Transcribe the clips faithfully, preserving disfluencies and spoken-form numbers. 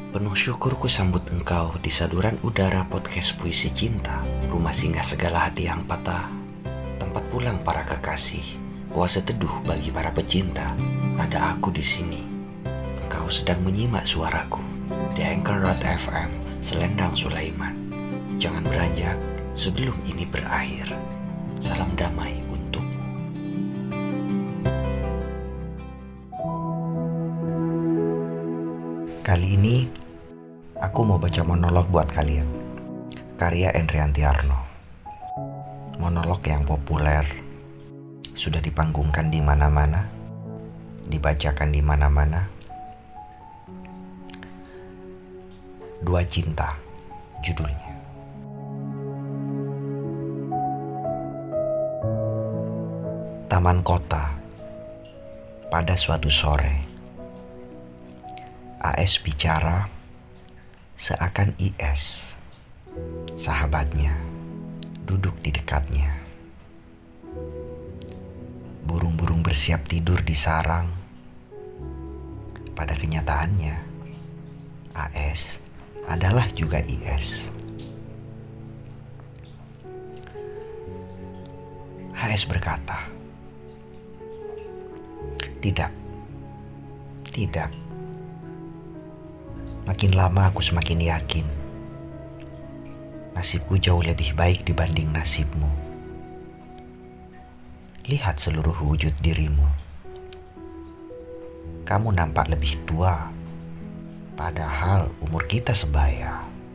Penuh syukur ku sambut engkau di saluran udara podcast Puisi Cinta, rumah singgah segala hati yang patah, tempat pulang para kekasih, oase teduh bagi para pecinta. Ada aku di sini. Engkau sedang menyimak suaraku di Anchor dot F M Selendang Sulaiman. Jangan beranjak sebelum ini berakhir. Salam damai untuk Kali ini, aku mau baca monolog buat kalian. Karya Endrianti Arno. Monolog yang populer, sudah dipanggungkan di mana-mana, dibacakan di mana-mana. Dua Cinta, judulnya. Taman kota. Pada suatu sore, A S bicara seakan I S, sahabatnya, duduk di dekatnya. Burung-burung bersiap tidur di sarang. Pada kenyataannya, A S adalah juga I S. H S berkata, Tidak, tidak. Makin lama aku semakin yakin nasibku jauh lebih baik dibanding nasibmu. Lihat seluruh wujud dirimu. Kamu nampak lebih tua, padahal umur kita sebaya.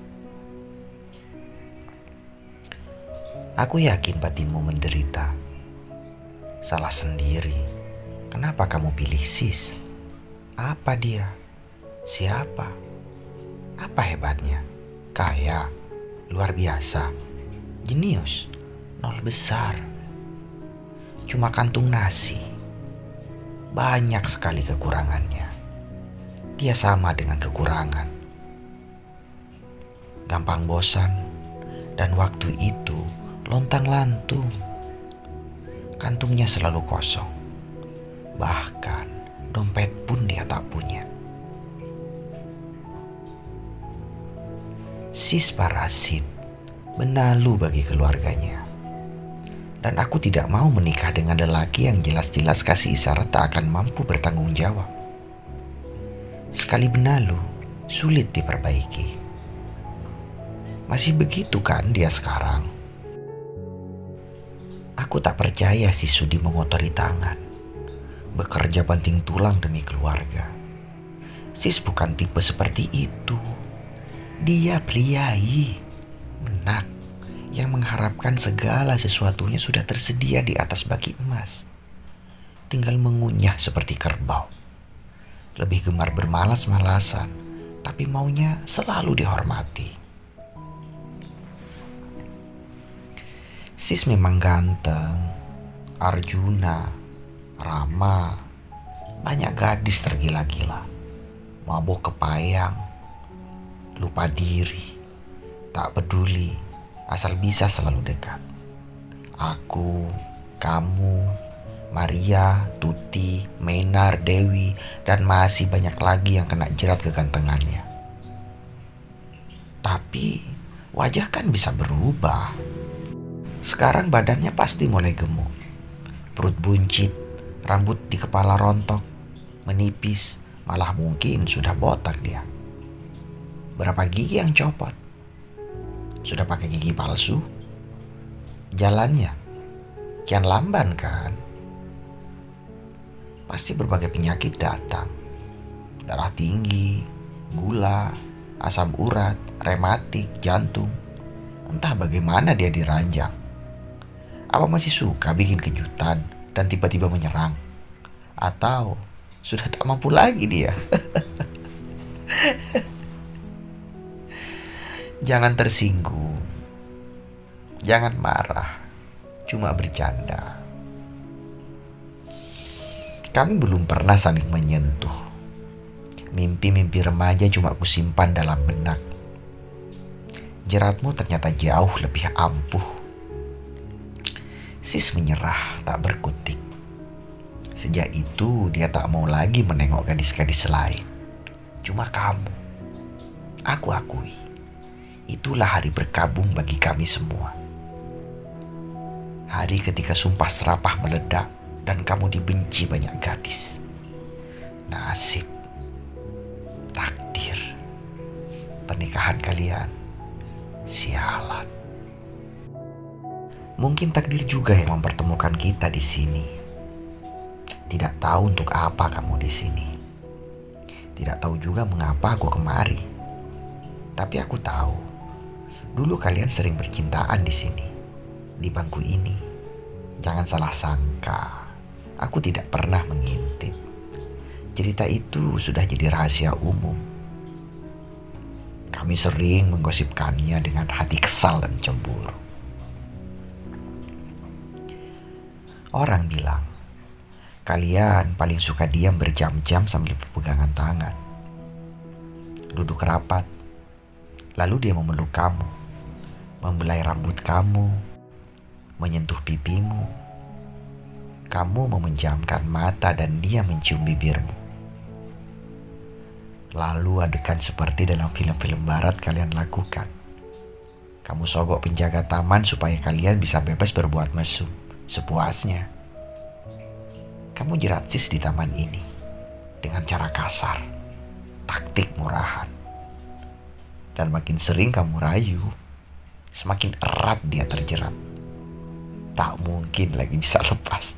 Aku yakin batinmu menderita. Salah sendiri. Kenapa kamu pilih sis? Apa dia? Siapa? Apa hebatnya? Kaya, luar biasa, jenius, nol besar. Cuma kantung nasi. Banyak sekali kekurangannya. Dia sama dengan kekurangan. Gampang bosan, dan waktu itu lontang-lantung. Kantungnya selalu kosong. Bahkan dompet pun dia tak punya. Sis parasit, benalu bagi keluarganya. Dan aku tidak mau menikah dengan lelaki yang jelas-jelas kasih isyarat tak akan mampu bertanggung jawab. Sekali benalu, sulit diperbaiki. Masih begitu kan dia sekarang? Aku tak percaya si Sudi mengotori tangan, bekerja banting tulang demi keluarga. Sis bukan tipe seperti itu. Dia priai, menak, yang mengharapkan segala sesuatunya sudah tersedia di atas baki emas. Tinggal mengunyah seperti kerbau. Lebih gemar bermalas-malasan, tapi maunya selalu dihormati. Sis memang ganteng, Arjuna, Rama, banyak gadis tergila-gila, mabuk kepayang, lupa diri, tak peduli, asal bisa selalu dekat. Aku, kamu, Maria, Tuti, Menar, Dewi, dan masih banyak lagi yang kena jerat kegantengannya. Tapi wajah kan bisa berubah. Sekarang badannya pasti mulai gemuk, perut buncit, rambut di kepala rontok, menipis, malah mungkin sudah botak dia. Berapa gigi yang copot? Sudah pakai gigi palsu? Jalannya kian lamban kan? Pasti berbagai penyakit datang. Darah tinggi, gula, asam urat, rematik, jantung. Entah bagaimana dia diranjang. Apa masih suka bikin kejutan dan tiba-tiba menyerang? Atau sudah tak mampu lagi dia? Jangan tersinggung, jangan marah, cuma bercanda. Kami belum pernah saling menyentuh. Mimpi-mimpi remaja cuma kusimpan dalam benak. Jeratmu ternyata jauh lebih ampuh. Sis menyerah, tak berkutik. Sejak itu dia tak mau lagi menengok gadis-gadis lain. Cuma kamu. Aku akui, itulah hari berkabung bagi kami semua. Hari ketika sumpah serapah meledak dan kamu dibenci banyak gadis. Nasib, takdir, pernikahan kalian, sialan. Mungkin takdir juga yang mempertemukan kita di sini. Tidak tahu untuk apa kamu di sini. Tidak tahu juga mengapa aku kemari. Tapi aku tahu, dulu kalian sering bercintaan di sini, di bangku ini. Jangan salah sangka, aku tidak pernah mengintip. Cerita itu sudah jadi rahasia umum. Kami sering menggosipkannya dengan hati kesal dan cemburu. Orang bilang, kalian paling suka diam berjam-jam sambil berpegangan tangan. Duduk rapat, lalu dia memeluk kamu, membelai rambut kamu, menyentuh pipimu. Kamu memejamkan mata dan dia mencium bibirmu. Lalu adegan seperti dalam film-film barat kalian lakukan. Kamu sogok penjaga taman supaya kalian bisa bebas berbuat mesum sepuasnya. Kamu jerat sis di taman ini dengan cara kasar, taktik murahan. Dan makin sering kamu rayu, semakin erat dia terjerat. Tak mungkin lagi bisa lepas.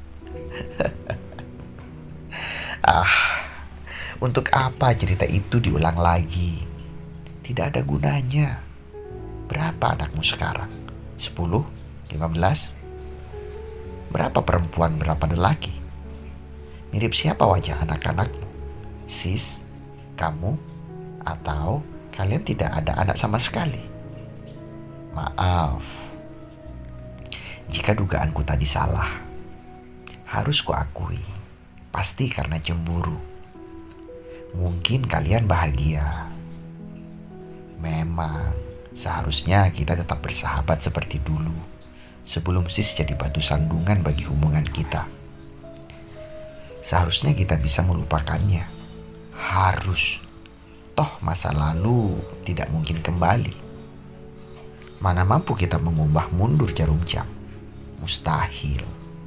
Ah, untuk apa cerita itu diulang lagi? Tidak ada gunanya. Berapa anakmu sekarang? Sepuluh? Lima belas? Berapa perempuan, berapa lelaki? Mirip siapa wajah anak-anakmu? Sis, kamu, atau kalian tidak ada anak sama sekali? Maaf, jika dugaanku tadi salah. Harus kuakui, pasti karena cemburu. Mungkin kalian bahagia. Memang seharusnya kita tetap bersahabat seperti dulu, sebelum sis jadi batu sandungan bagi hubungan kita. Seharusnya kita bisa melupakannya. Harus. Toh masa lalu tidak mungkin kembali. Mana mampu kita mengubah mundur jarum jam. Mustahil.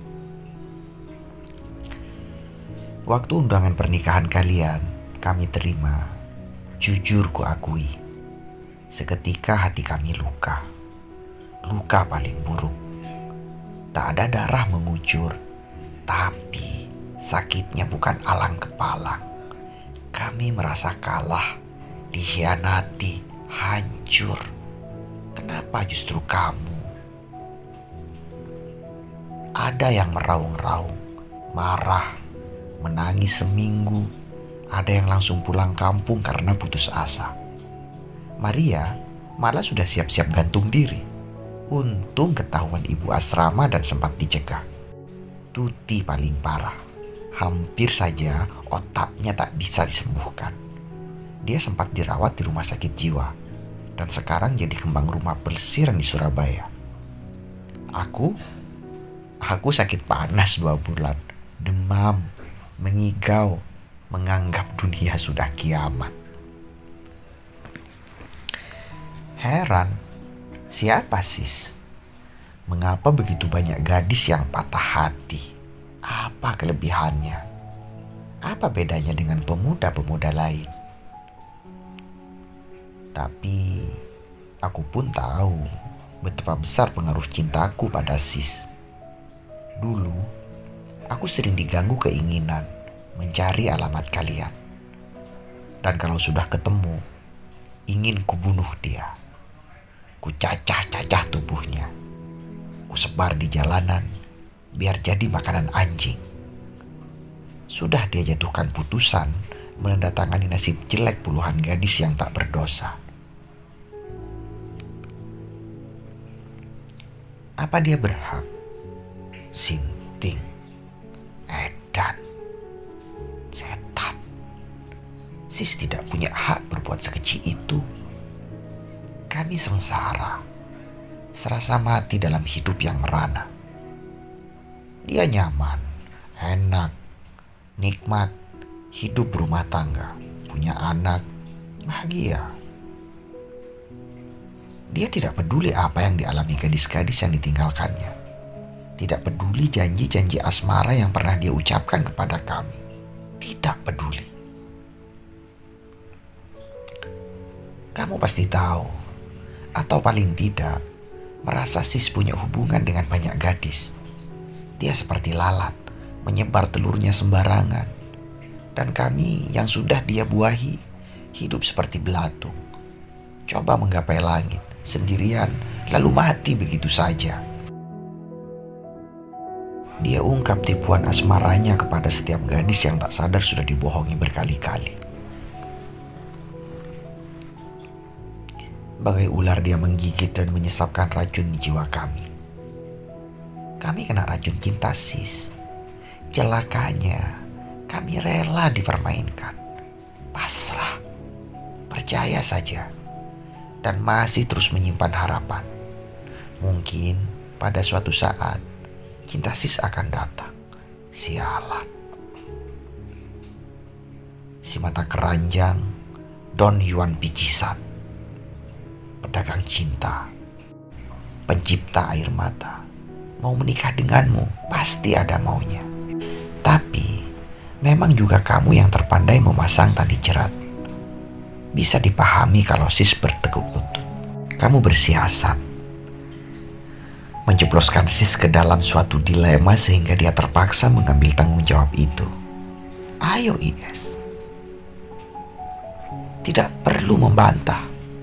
Waktu undangan pernikahan kalian kami terima. Jujur ku akui, seketika hati kami luka. Luka paling buruk. Tak ada darah mengucur, tapi sakitnya bukan alang kepala. Kami merasa kalah, dikhianati, hancur. Kenapa justru kamu? Ada yang meraung-raung, marah, menangis seminggu. Ada yang langsung pulang kampung karena putus asa. Maria malah sudah siap-siap gantung diri. Untung ketahuan ibu asrama dan sempat dicegah. Tuti paling parah. Hampir saja otaknya tak bisa disembuhkan. Dia sempat dirawat di rumah sakit jiwa. Dan sekarang jadi kembang rumah pelesiran di Surabaya. Aku? Aku sakit panas dua bulan. Demam, mengigau, menganggap dunia sudah kiamat. Heran. Siapa sis? Mengapa begitu banyak gadis yang patah hati? Apa kelebihannya? Apa bedanya dengan pemuda-pemuda lain? Tapi aku pun tahu betapa besar pengaruh cintaku pada sis. Dulu aku sering diganggu keinginan mencari alamat kalian. Dan kalau sudah ketemu, ingin kubunuh dia. Ku cacah-cacah tubuhnya. Ku sebar di jalanan biar jadi makanan anjing. Sudah dia jatuhkan putusan menandatangani nasib jelek puluhan gadis yang tak berdosa. Apa dia berhak? Sinting, edan, setan. Sis tidak punya hak berbuat sekecil itu. Kami sengsara, serasa mati dalam hidup yang merana. Dia nyaman, enak, nikmat, hidup berumah tangga, punya anak, bahagia. Dia tidak peduli apa yang dialami gadis-gadis yang ditinggalkannya. Tidak peduli janji-janji asmara yang pernah dia ucapkan kepada kami. Tidak peduli. Kamu pasti tahu, atau paling tidak, merasa Sis punya hubungan dengan banyak gadis. Dia seperti lalat, menyebar telurnya sembarangan. Dan kami yang sudah dia buahi, hidup seperti belatung. Coba menggapai langit sendirian, lalu mati begitu saja. Dia ungkap tipuan asmaranya kepada setiap gadis yang tak sadar sudah dibohongi berkali-kali. Bagai ular dia menggigit dan menyesapkan racun di jiwa kami. Kami kena racun cinta Sis. Celakanya, kami rela dipermainkan. Pasrah, percaya saja. Dan masih terus menyimpan harapan. Mungkin pada suatu saat cinta Sis akan datang. Sialan. Si mata keranjang Don Juan Picisan, pedagang cinta, pencipta air mata, mau menikah denganmu pasti ada maunya. Tapi memang juga kamu yang terpandai memasang tali jerat. Bisa dipahami kalau Sis bertekuk lutut. Kamu bersiasat menjebloskan Sis ke dalam suatu dilema sehingga dia terpaksa mengambil tanggung jawab itu. Ayo I S. Tidak perlu membantah.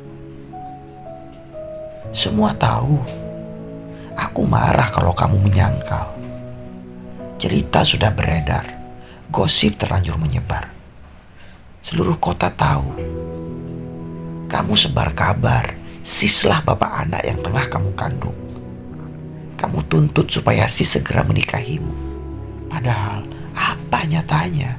Semua tahu. Aku marah kalau kamu menyangkal. Cerita sudah beredar. Gosip terlanjur menyebar. Seluruh kota tahu. Kamu sebar kabar, Sislah bapak anak yang tengah kamu kandung. Kamu tuntut supaya Sis segera menikahimu. Padahal apa nyatanya?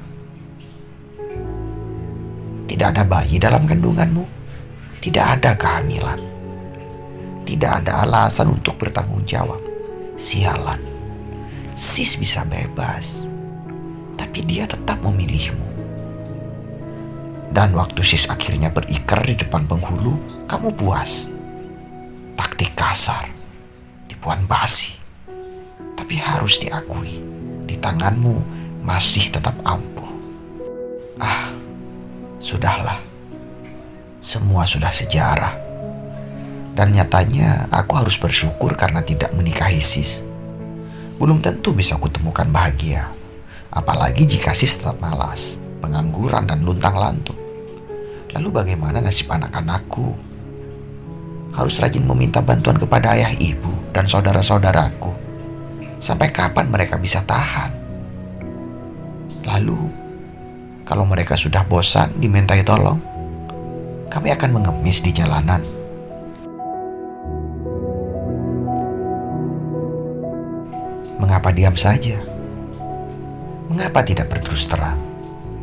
Tidak ada bayi dalam kandunganmu. Tidak ada kehamilan. Tidak ada alasan untuk bertanggung jawab. Sialan. Sis bisa bebas. Tapi dia tetap memilihmu. Dan waktu Sis akhirnya berikrar di depan penghulu, kamu puas. Taktik kasar, tipuan basi. Tapi harus diakui, di tanganmu masih tetap ampuh. Ah, sudahlah. Semua sudah sejarah. Dan nyatanya aku harus bersyukur karena tidak menikahi Sis. Belum tentu bisa kutemukan bahagia. Apalagi jika Sis tetap malas, pengangguran dan luntang-lantung. Lalu bagaimana nasib anak-anakku? Harus rajin meminta bantuan kepada ayah ibu dan saudara-saudaraku. Sampai kapan mereka bisa tahan? Lalu, kalau mereka sudah bosan dimintai tolong, kami akan mengemis di jalanan. Mengapa diam saja? Mengapa tidak berterus terang?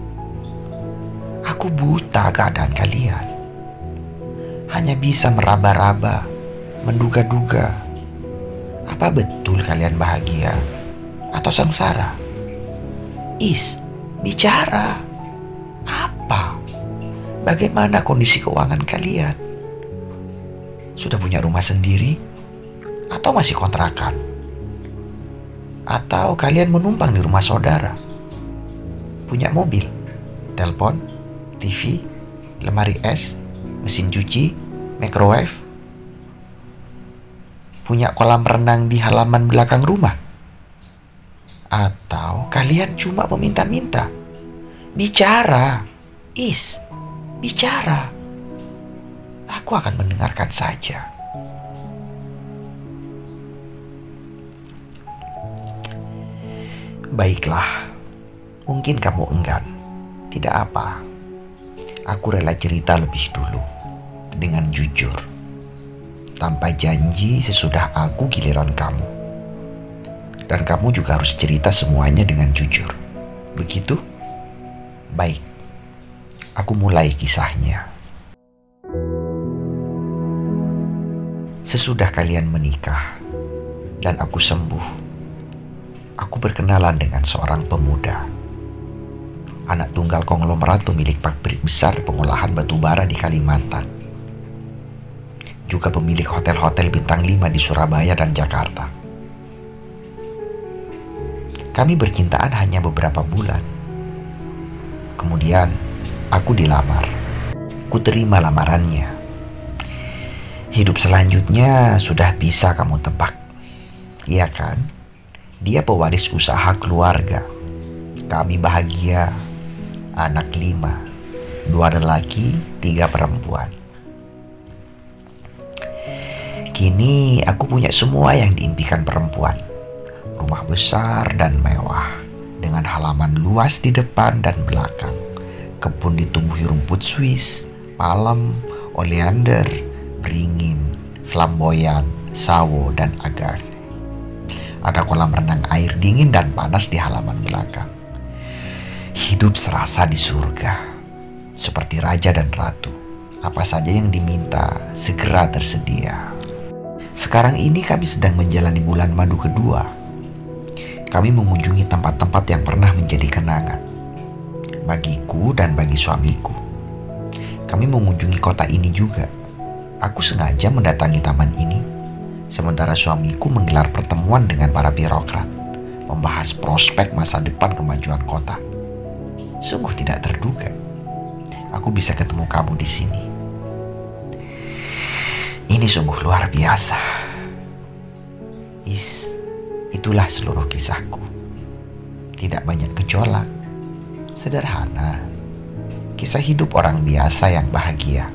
Aku buta keadaan kalian. Hanya bisa meraba-raba, menduga-duga. Apa betul kalian bahagia atau sengsara? Is, bicara. Apa? Bagaimana kondisi keuangan kalian? Sudah punya rumah sendiri? Atau masih kontrakan? Atau kalian menumpang di rumah saudara? Punya mobil, telepon, T V, lemari es, mesin cuci, microwave? Punya kolam renang di halaman belakang rumah? Atau kalian cuma meminta-minta? Bicara, Is, bicara. Aku akan mendengarkan saja. Baiklah, mungkin kamu enggan. Tidak apa. Aku rela cerita lebih dulu, dengan jujur. Tanpa janji sesudah aku giliran kamu. Dan kamu juga harus cerita semuanya dengan jujur. Begitu? Baik, aku mulai kisahnya. Sesudah kalian menikah dan aku sembuh, aku berkenalan dengan seorang pemuda, anak tunggal konglomerat pemilik pabrik besar pengolahan batu bara di Kalimantan. juga pemilik hotel-hotel bintang lima di Surabaya dan Jakarta. Kami bercintaan hanya beberapa bulan. Kemudian aku dilamar. Ku terima lamarannya. Hidup selanjutnya sudah bisa kamu tebak. Iya kan? Dia pewaris usaha keluarga. Kami bahagia. Anak lima. Dua lelaki, tiga perempuan. Kini aku punya semua yang diimpikan perempuan. Rumah besar dan mewah, dengan halaman luas di depan dan belakang. Kebun ditumbuhi rumput Swiss, palem, oleander, beringin, flamboyan, sawo, dan agave. Ada kolam renang air dingin dan panas di halaman belakang. Hidup serasa di surga, seperti raja dan ratu. Apa saja yang diminta segera tersedia. Sekarang ini kami sedang menjalani bulan madu kedua. Kami mengunjungi tempat-tempat yang pernah menjadi kenangan bagiku dan bagi suamiku. Kami mengunjungi kota ini juga. Aku sengaja mendatangi taman ini, sementara suamiku menggelar pertemuan dengan para birokrat, membahas prospek masa depan kemajuan kota. Sungguh tidak terduga, aku bisa ketemu kamu di sini. Ini sungguh luar biasa. Is, itulah seluruh kisahku. Tidak banyak gejolak, sederhana. Kisah hidup orang biasa yang bahagia.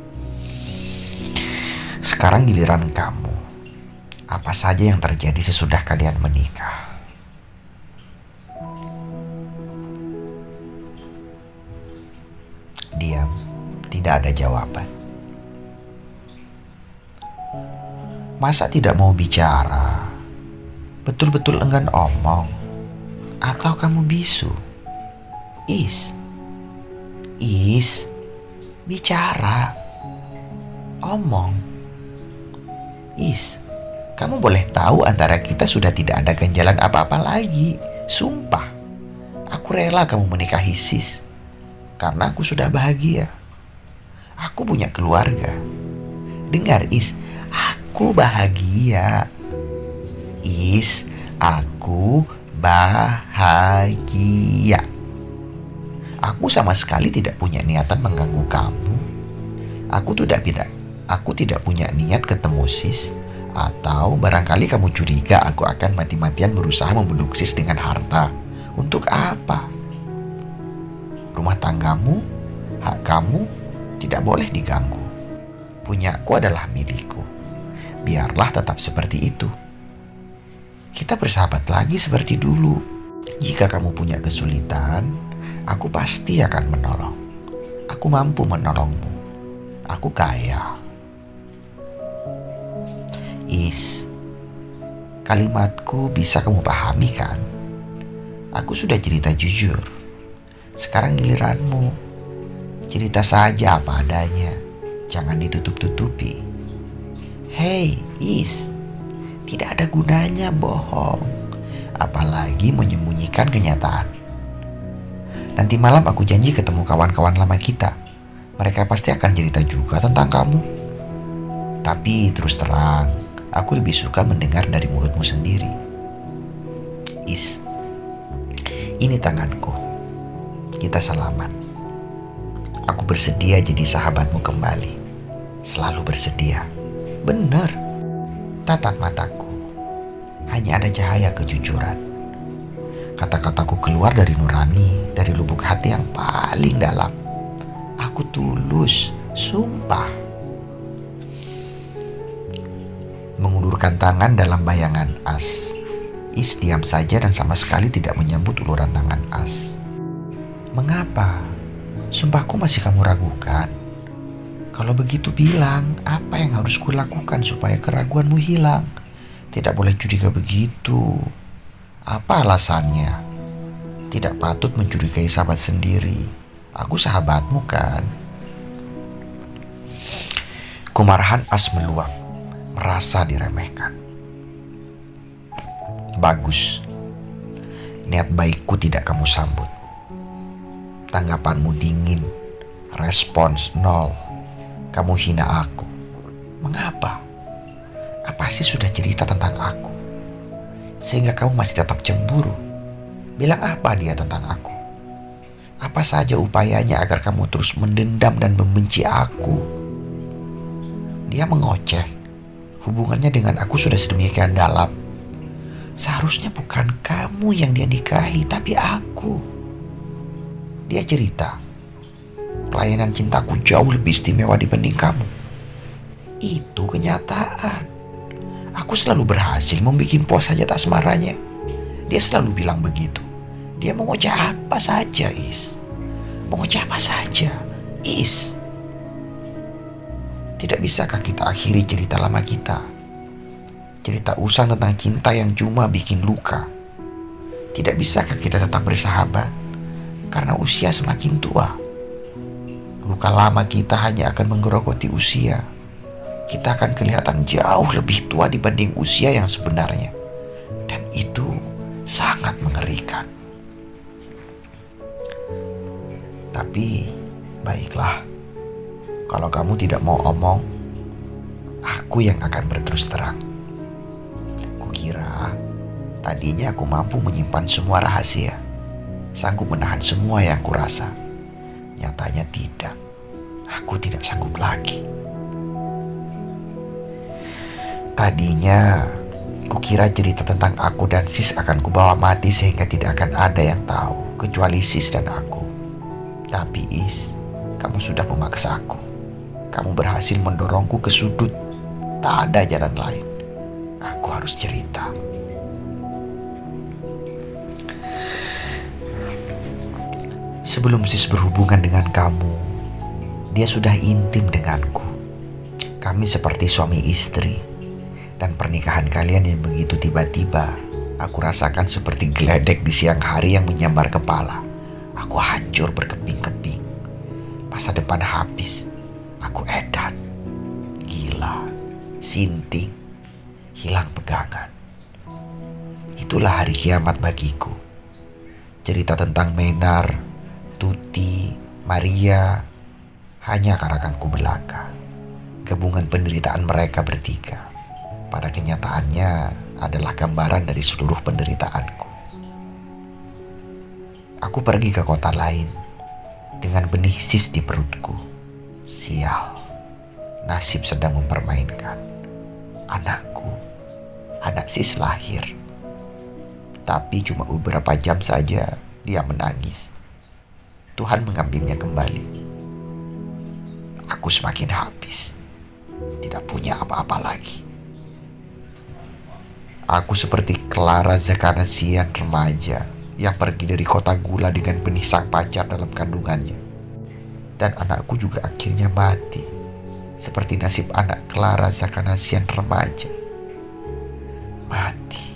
Sekarang giliran kamu. Apa saja yang terjadi sesudah kalian menikah? Diam, tidak ada jawaban. Masa tidak mau bicara? Betul-betul enggan omong? Atau kamu bisu? Is, Is, bicara, omong. Is, kamu boleh tahu antara kita sudah tidak ada ganjalan apa-apa lagi. Sumpah, aku rela kamu menikahi Sis, karena aku sudah bahagia. Aku punya keluarga. Dengar Is, aku bahagia. Is, aku bahagia. Aku sama sekali tidak punya niatan mengganggu kamu. Aku tidak tidak, aku tidak punya niat ketemu Sis. Atau barangkali kamu curiga aku akan mati-matian berusaha membeluk Sis dengan harta. Untuk apa? Rumah tanggamu, hak kamu tidak boleh diganggu. Punyaku adalah milikku. Biarlah tetap seperti itu. Kita bersahabat lagi seperti dulu. Jika kamu punya kesulitan, aku pasti akan menolong. Aku mampu menolongmu. Aku kaya. Is, kalimatku bisa kamu pahami kan? Aku sudah cerita jujur. Sekarang giliranmu. Cerita saja apa adanya. Jangan ditutup-tutupi. Hei, Is, tidak ada gunanya bohong, apalagi menyembunyikan kenyataan. Nanti malam aku janji ketemu kawan-kawan lama kita. Mereka pasti akan cerita juga tentang kamu. Tapi terus terang, aku lebih suka mendengar dari mulutmu sendiri. Is, ini tanganku. Kita salaman. Aku bersedia jadi sahabatmu kembali. Selalu bersedia. Benar. Tatap mataku. Hanya ada cahaya kejujuran. Kata-kataku keluar dari nurani, dari lubuk hati yang paling dalam. Aku tulus, sumpah. Mengulurkan tangan dalam bayangan As. Is diam saja dan sama sekali tidak menyambut uluran tangan As. Mengapa? Sumpahku masih kamu ragukan? Kalau begitu bilang, apa yang harus kulakukan supaya keraguanmu hilang? Tidak boleh curiga begitu. Apa alasannya? Tidak patut mencurigai sahabat sendiri. Aku sahabatmu kan? Kemarahan As meluap, merasa diremehkan. Bagus. Niat baikku tidak kamu sambut. Tanggapanmu dingin, respons nol. Kamu hina aku. Mengapa? Apa sih sudah cerita tentang aku sehingga kamu masih tetap cemburu? Bilang apa dia tentang aku? Apa saja upayanya agar kamu terus mendendam dan membenci aku? Dia mengoceh. Hubungannya dengan aku sudah sedemikian dalam. Seharusnya bukan kamu yang dia nikahi, tapi aku. Dia cerita, pelayanan cintaku jauh lebih istimewa dibanding kamu. Itu kenyataan. Aku selalu berhasil membuat puas hajat asmaranya. Dia selalu bilang begitu. Dia mengoceh apa saja, Is. Mengoceh apa saja, Is. Tidak bisakah kita akhiri cerita lama kita? Cerita usang tentang cinta yang cuma bikin luka. Tidak bisakah kita tetap bersahabat? Karena usia semakin tua. Luka lama kita hanya akan menggerogoti usia. Kita akan kelihatan jauh lebih tua dibanding usia yang sebenarnya. Dan itu sangat mengerikan. Tapi baiklah, kalau kamu tidak mau omong, aku yang akan berterus terang. Kukira tadinya aku mampu menyimpan semua rahasia, sanggup menahan semua yang kurasa. Nyatanya tidak, aku tidak sanggup lagi. Tadinya kukira cerita tentang aku dan Sis akan kubawa mati sehingga tidak akan ada yang tahu kecuali Sis dan aku. Tapi Is, kamu sudah memaksa aku. Kamu berhasil mendorongku ke sudut. Tak ada jalan lain. Aku harus cerita. Sebelum Sis berhubungan dengan kamu, dia sudah intim denganku. Kami seperti suami istri. Dan pernikahan kalian yang begitu tiba-tiba, aku rasakan seperti geledek di siang hari yang menyambar kepala. Aku hancur berkeping-keping. Masa depan habis. Aku edan. Gila. Sinting. Hilang pegangan. Itulah hari kiamat bagiku. Cerita tentang Menar, Tuti, Maria hanya karanganku belaka. Gabungan penderitaan mereka bertiga. Pada kenyataannya adalah gambaran dari seluruh penderitaanku. Aku pergi ke kota lain dengan benih Sis di perutku. Sial, nasib sedang mempermainkan. Anakku, anak Sis lahir. Tapi cuma beberapa jam saja dia menangis. Tuhan mengambilnya kembali. Aku semakin habis. Tidak punya apa-apa lagi. Aku seperti Clara Zakanasian remaja yang pergi dari kota gula dengan benih sang pacar dalam kandungannya. Dan anakku juga akhirnya mati, seperti nasib anak Clara Zakanasian remaja. Mati.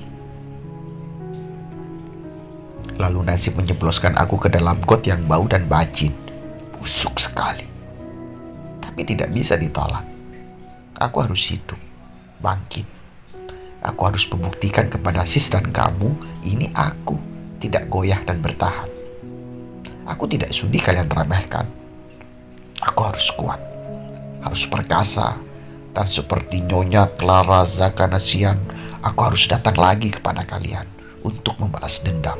Lalu nasib menjebloskan aku ke dalam got yang bau dan bacin. Busuk sekali. Tapi tidak bisa ditolak. Aku harus hidup, bangkit. Aku harus membuktikan kepada Sis dan kamu, ini aku, tidak goyah dan bertahan. Aku tidak sudi kalian remehkan. Aku harus kuat, harus perkasa, dan seperti Nyonya Clara Zakanasian, aku harus datang lagi kepada kalian untuk membalas dendam.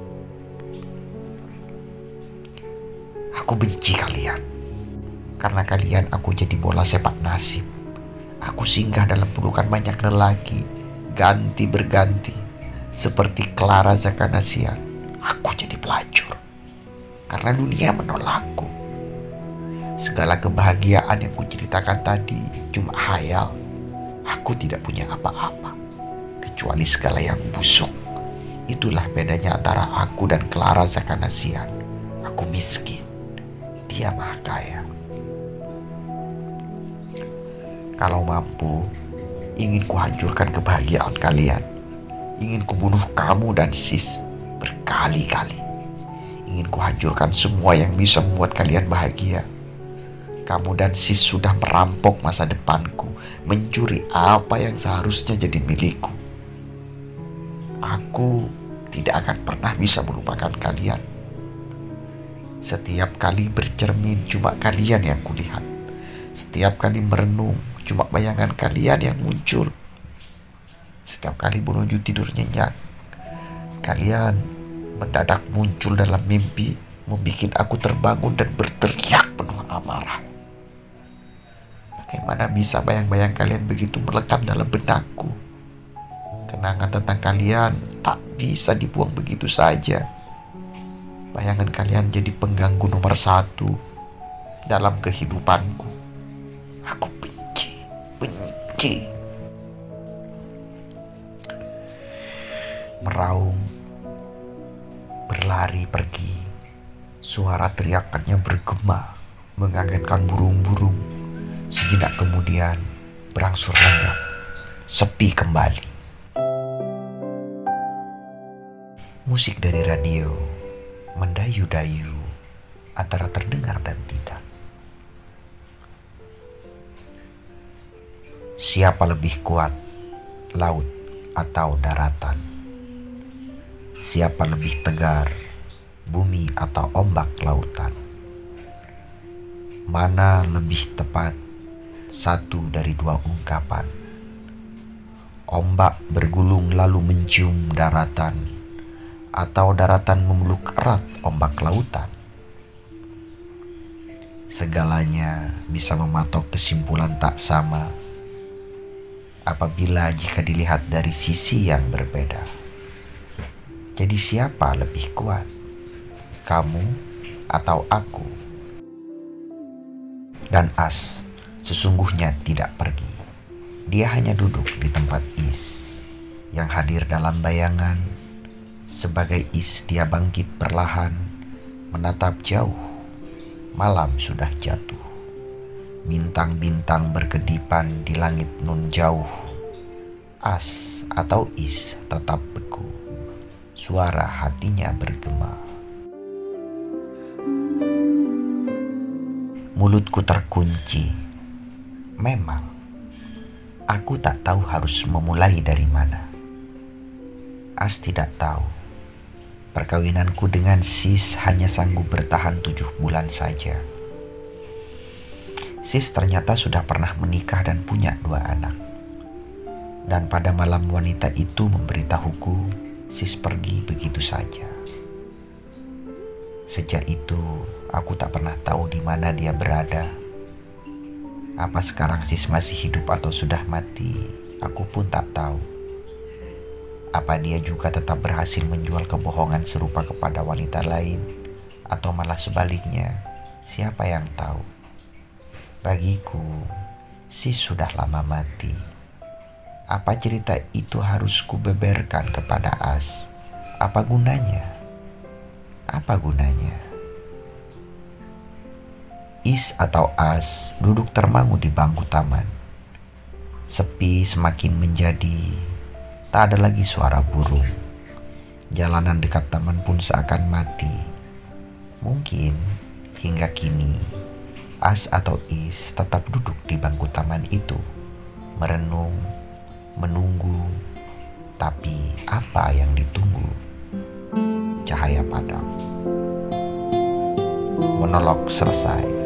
Aku benci kalian. Karena kalian aku jadi bola sepak nasib. Aku singgah dalam pelukan banyak lelaki, ganti berganti. Seperti Clara Zakanasian, aku jadi pelacur. Karena dunia menolakku. Segala kebahagiaan yang kuceritakan tadi cuma hayal. Aku tidak punya apa-apa, kecuali segala yang busuk. Itulah bedanya antara aku dan Clara Zakanasian. Aku miskin, dia maha kaya. Kalau mampu, ingin kuhancurkan kebahagiaan kalian. Ingin kubunuh kamu dan Sis berkali-kali. Ingin kuhancurkan semua yang bisa membuat kalian bahagia. Kamu dan Sis sudah merampok masa depanku, mencuri apa yang seharusnya jadi milikku. Aku tidak akan pernah bisa melupakan kalian. Setiap kali bercermin cuma kalian yang kulihat. Setiap kali merenung cuma bayangan kalian yang muncul. Setiap kali menuju tidur nyenyak, kalian mendadak muncul dalam mimpi, membuat aku terbangun dan berteriak penuh amarah. Bagaimana bisa bayang-bayang kalian begitu melekat dalam benakku? Kenangan tentang kalian tak bisa dibuang begitu saja. Bayangan kalian jadi pengganggu nomor satu dalam kehidupanku. Aku benci, benci. Meraung, berlari pergi. Suara teriakannya bergema, mengagetkan burung-burung. Sejenak kemudian berangsur lenyap, sepi kembali. Musik dari radio mendayu-dayu antara terdengar dan tidak. Siapa lebih kuat, laut atau daratan? Siapa lebih tegar, bumi atau ombak lautan? Mana lebih tepat satu dari dua ungkapan? Ombak bergulung lalu mencium daratan, atau daratan memeluk erat ombak lautan? Segalanya bisa mematok kesimpulan tak sama apabila jika dilihat dari sisi yang berbeda. Jadi siapa lebih kuat? Kamu atau aku? Dan As sesungguhnya tidak pergi. Dia hanya duduk di tempat Is yang hadir dalam bayangan. Sebagai Is dia bangkit perlahan, menatap jauh. Malam sudah jatuh. Bintang-bintang berkedipan di langit nun jauh. As atau Is tetap beku. Suara hatinya bergema. Mulutku terkunci. Memang, aku tak tahu harus memulai dari mana. As tidak tahu. Perkawinanku dengan Sis hanya sanggup bertahan tujuh bulan saja. Sis ternyata sudah pernah menikah dan punya dua anak. Dan pada malam wanita itu memberitahuku, Sis pergi begitu saja. Sejak itu, aku tak pernah tahu di mana dia berada. Apa sekarang Sis masih hidup atau sudah mati, aku pun tak tahu. Apa dia juga tetap berhasil menjual kebohongan serupa kepada wanita lain, atau malah sebaliknya, siapa yang tahu. Bagiku, Sis sudah lama mati. Apa cerita itu harus kubeberkan kepada As? Apa gunanya? Apa gunanya? Is atau As duduk termangu di bangku taman. Sepi semakin menjadi. Tak ada lagi suara burung. Jalanan dekat taman pun seakan mati. Mungkin hingga kini As atau Is tetap duduk di bangku taman itu, merenung, menunggu. Tapi apa yang ditunggu? Cahaya padam. Monolog selesai.